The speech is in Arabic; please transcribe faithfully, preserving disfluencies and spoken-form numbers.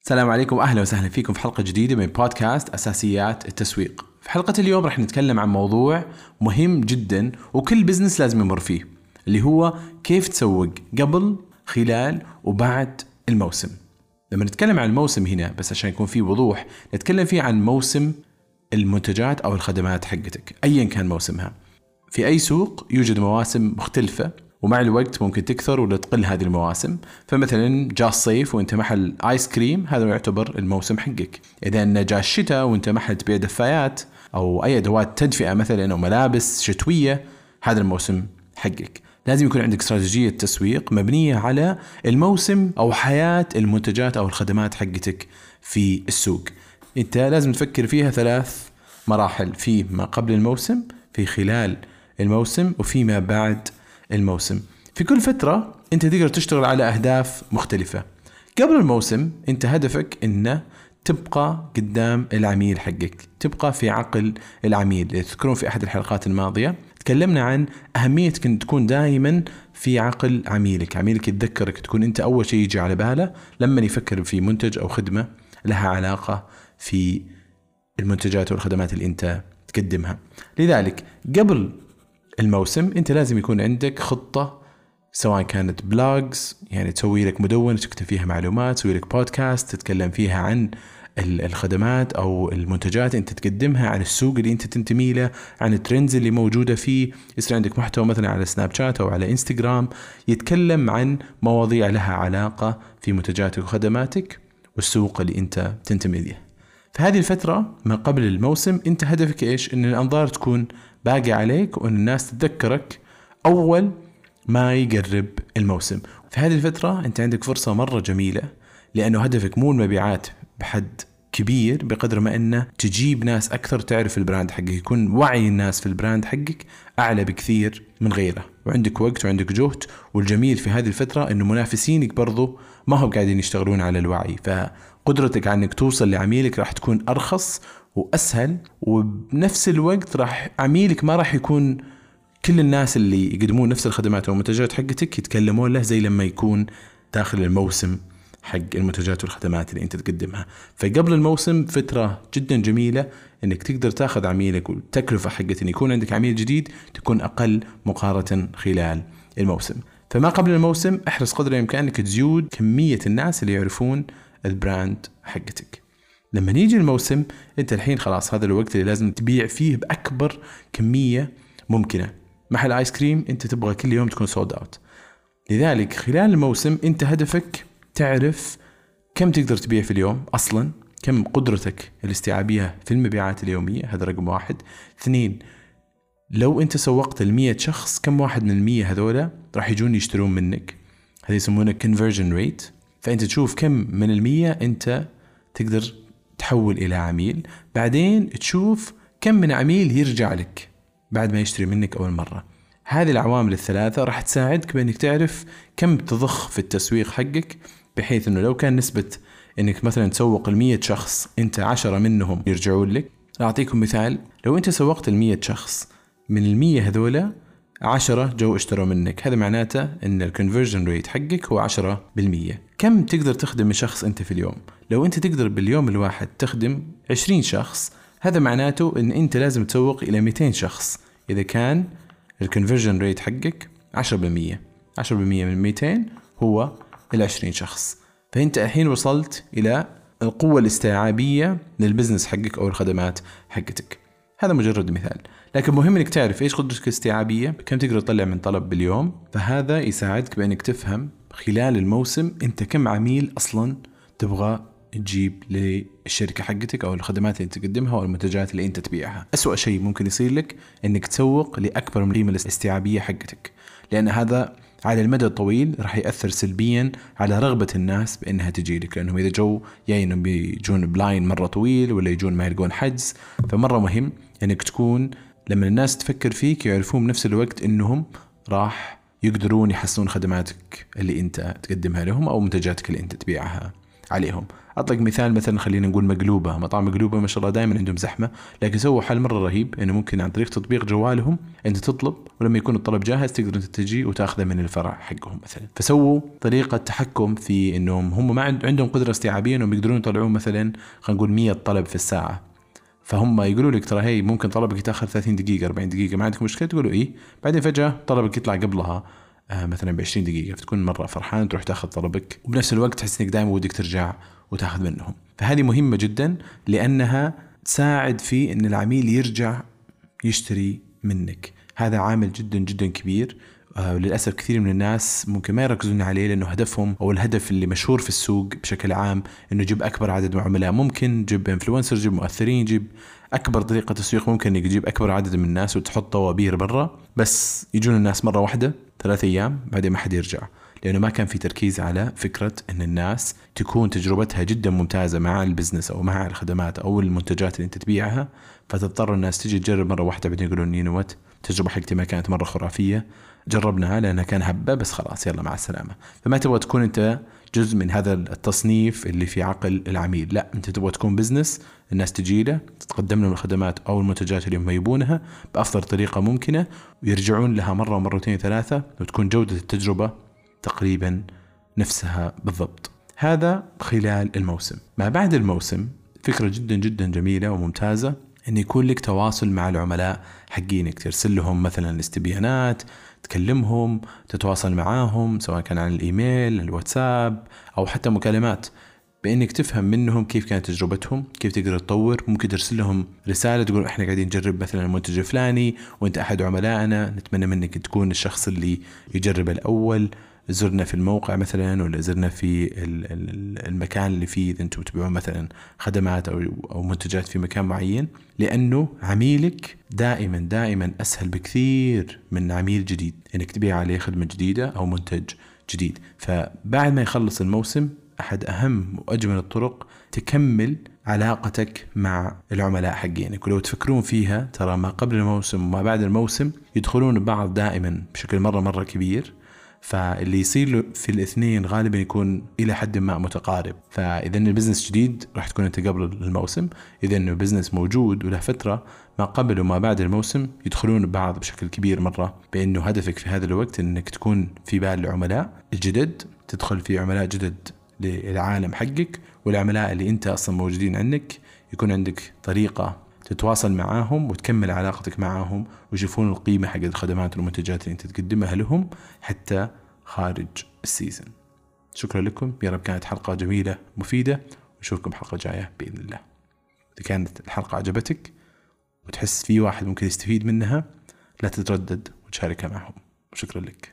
السلام عليكم، أهلا وسهلا فيكم في حلقة جديدة من بودكاست أساسيات التسويق. في حلقة اليوم رح نتكلم عن موضوع مهم جدا وكل بزنس لازم يمر فيه، اللي هو كيف تسوق قبل، خلال وبعد الموسم. لما نتكلم عن الموسم هنا بس عشان يكون فيه وضوح، نتكلم فيه عن موسم المنتجات أو الخدمات حقتك أيا كان موسمها. في أي سوق يوجد مواسم مختلفة، ومع الوقت ممكن تكثر ولا تقل هذه المواسم. فمثلا جاء الصيف وانت محل آيس كريم، هذا يعتبر الموسم حقك. إذا أن جاء الشتاء وانت محل تبيع دفايات أو أي أدوات تدفئة مثلا أو ملابس شتوية، هذا الموسم حقك. لازم يكون عندك استراتيجية تسويق مبنية على الموسم أو حياة المنتجات أو الخدمات حقتك في السوق. انت لازم تفكر فيها ثلاث مراحل: في ما قبل الموسم، في خلال الموسم، وفيما بعد الموسم. في كل فترة انت تقدر تشتغل على أهداف مختلفة. قبل الموسم انت هدفك انه تبقى قدام العميل حقك، تبقى في عقل العميل. تذكرون في أحد الحلقات الماضية تكلمنا عن أهمية أن تكون دائما في عقل عميلك. عميلك يتذكرك، تكون انت أول شيء يجي على باله لما يفكر في منتج أو خدمة لها علاقة في المنتجات والخدمات اللي انت تقدمها. لذلك قبل الموسم انت لازم يكون عندك خطة، سواء كانت بلوجز يعني تسوي لك مدونة تكتب فيها معلومات، تسوي لك بودكاست تتكلم فيها عن الخدمات او المنتجات انت تقدمها، عن السوق اللي انت تنتمي له، عن الترندز اللي موجودة فيه. يصير عندك محتوى مثلا على سناب شات او على انستغرام يتكلم عن مواضيع لها علاقة في منتجاتك وخدماتك والسوق اللي انت تنتمي له. في هذه الفترة ما قبل الموسم انت هدفك ايش؟ ان الانظار تكون باقي عليك وان الناس تتذكرك اول ما يقرب الموسم. في هذه الفترة انت عندك فرصة مرة جميلة، لانه هدفك مو المبيعات بحد كبير بقدر ما انه تجيب ناس اكثر تعرف البراند حقك، يكون وعي الناس في البراند حقك اعلى بكثير من غيره، وعندك وقت وعندك جهد. والجميل في هذه الفترة انه منافسينك برضو ما هم قاعدين يشتغلون على الوعي، فقدرتك على انك توصل لعميلك راح تكون ارخص واسهل. وبنفس الوقت راح عميلك ما راح يكون كل الناس اللي يقدمون نفس الخدمات والمنتجات حقتك يتكلمون له زي لما يكون داخل الموسم حق المنتجات والخدمات اللي انت تقدمها. فقبل الموسم فترة جدا جميلة انك تقدر تاخذ عميلك، والتكلفة حقت ان يكون عندك عميل جديد تكون اقل مقارنة خلال الموسم. فما قبل الموسم احرص قدر الامكان انك تزود كمية الناس اللي يعرفون البراند حقتك. لما نيجي الموسم انت الحين خلاص هذا الوقت اللي لازم تبيع فيه باكبر كمية ممكنة. محل آيس كريم انت تبغى كل يوم تكون سولد اوت. لذلك خلال الموسم انت هدفك تعرف كم تقدر تبيع في اليوم اصلا، كم قدرتك الاستيعابية في المبيعات اليومية، هذا رقم واحد. اثنين، لو انت سوقت المية شخص كم واحد من المية هذولا راح يجون يشترون منك، هذا يسمونه conversion rate. فانت تشوف كم من المية انت تقدر تحول الى عميل، بعدين تشوف كم من عميل يرجع لك بعد ما يشتري منك أول مرة. هذه العوامل الثلاثة راح تساعدك بأنك تعرف كم تضخ في التسويق حقك، بحيث أنه لو كان نسبة أنك مثلا تسوق المية شخص أنت عشرة منهم يرجعون لك. أعطيكم مثال، لو أنت سوقت المية شخص من المية هذولا عشرة جو اشتروا منك، هذا معناته أن الكونفرجن ريت حقك هو عشرة بالمية. كم تقدر تخدم من شخص أنت في اليوم؟ لو أنت تقدر باليوم الواحد تخدم عشرين شخص، هذا معناته أن أنت لازم تسوق إلى مئتين شخص إذا كان الكونفرجن ريت حقك عشرة بالمية. عشرة بالمية من مئتين هو العشرين شخص. فأنت الحين وصلت إلى القوة الاستيعابية للبزنس حقك أو الخدمات حقتك. هذا مجرد مثال، لكن مهم إنك تعرف إيش قدرتك الاستيعابية، كم تقدر تطلع من طلب باليوم. فهذا يساعدك بأنك تفهم خلال الموسم أنت كم عميل أصلا تبغى تجيب للشركة حقتك أو الخدمات اللي تقدمها أو المنتجات اللي أنت تبيعها. أسوأ شيء ممكن يصير لك إنك تسوق لأكبر من القيمة الاستيعابية حقتك، لأن هذا على المدى الطويل راح يأثر سلبيا على رغبة الناس بأنها تجي لك، لأنهم إذا جو يعني إنهم بيجون بلاين مرة طويل ولا يجون ما يلقون حجز. فمرة مهم إنك تكون لما الناس تفكر فيك يعرفون بنفس الوقت إنهم راح يقدرون يحسنون خدماتك اللي أنت تقدمها لهم أو منتجاتك اللي أنت تبيعها عليهم. أطلق مثال مثلا خلينا نقول مقلوبة، مطاعم مقلوبة ما شاء الله دائما عندهم زحمة، لكن سووا حل مرة رهيب إنه ممكن عن طريق تطبيق جوالهم أنت تطلب، ولما يكون الطلب جاهز تقدر أنت تجي وتأخذه من الفرع حقهم مثلا. فسووا طريقة تحكم في إنهم هم ما عندهم قدرة استيعابية إنهم يقدرون يطلعون مثلا خلينا نقول مية طلب في الساعة، فهم يقولوا لك ترى هي ممكن طلبك يتأخر ثلاثين دقيقة أربعين دقيقة، ما عندك مشكلة، تقولوا إيه، بعدين فجأة طلبك يطلع قبلها آه مثلا بعشرين دقيقة، فتكون مرة فرحان تروح تأخذ طلبك، وبنفس الوقت تحس إنك دائما ودك ترجع وتأخذ منهم. فهذه مهمة جدا لأنها تساعد في إن العميل يرجع يشتري منك، هذا عامل جدا جدا كبير. آه وللأسف كثير من الناس ممكن ما يركزون عليه، لأنه هدفهم أو الهدف اللي مشهور في السوق بشكل عام إنه جيب أكبر عدد من عملاء ممكن، جيب إنفلونسر، جيب مؤثرين، جيب أكبر طريقة تسويق ممكن إنك تجيب أكبر عدد من الناس وتحط طوابير برا، بس يجون الناس مرة واحدة ثلاث أيام بعدين ما حد يرجع، لأنه ما كان في تركيز على فكرة إن الناس تكون تجربتها جدا ممتازة مع البزنس أو مع الخدمات أو المنتجات اللي أنت تبيعها، فتضطر الناس تيجي تجرب مرة واحدة بعدين يقولون يو نوت التجربة حقتي ما كانت مرة خرافية، جربناها لأنها كان هبة بس خلاص يلا مع السلامة. فما تبغى تكون أنت جزء من هذا التصنيف اللي في عقل العميل، لا أنت تبغى تكون بزنس الناس تجي له تقدم لهم الخدمات أو المنتجات اللي هم يبونها بأفضل طريقة ممكنة، ويرجعون لها مرة ومرتين ثلاثة، وتكون جودة التجربة تقريبا نفسها بالضبط. هذا خلال الموسم. ما بعد الموسم فكرة جدا جدا جميلة وممتازة أن يكون لك تواصل مع العملاء حقينك، ترسل لهم مثلا استبيانات، تكلمهم، تتواصل معاهم سواء كان عن الإيميل، الواتساب، أو حتى مكالمات، بأنك تفهم منهم كيف كانت تجربتهم، كيف تقدر تطور. ممكن ترسل لهم رسالة تقول إحنا قاعدين نجرب مثلا المنتج الفلاني وأنت أحد عملائنا، نتمنى منك تكون الشخص اللي يجرب الأول، زرنا في الموقع مثلا ولا زرنا في المكان اللي فيه إذا أنتم تبيعون مثلا خدمات أو أو منتجات في مكان معين، لأنه عميلك دائما دائما أسهل بكثير من عميل جديد إنك تبيع عليه خدمة جديدة أو منتج جديد. فبعد ما يخلص الموسم أحد أهم وأجمل الطرق تكمل علاقتك مع العملاء حقينك، ولو تفكرون فيها ترى ما قبل الموسم وما بعد الموسم يدخلون بعض دائما بشكل مرة مرة كبير، فاللي يصير في الاثنين غالبا يكون إلى حد ما متقارب. فإذا البزنس جديد راح تكون أنت قبل الموسم، إذا إنه بزنس موجود وله فترة ما قبل وما بعد الموسم يدخلون بعض بشكل كبير مرة، بأنه هدفك في هذا الوقت إنك تكون في بال العملاء الجدد، تدخل في عملاء جدد للعالم حقك، والعملاء اللي أنت أصلا موجودين عندك يكون عندك طريقة تتواصل معاهم وتكمل علاقتك معاهم ويشوفون القيمة حق الخدمات والمنتجات اللي أنت تقدمها لهم حتى خارج السيزن. شكرا لكم، يا رب كانت حلقة جميلة مفيدة، ونشوفكم حلقة جاية بإذن الله. إذا كانت الحلقة عجبتك وتحس في واحد ممكن يستفيد منها لا تتردد وتشاركها معهم. شكرا لك.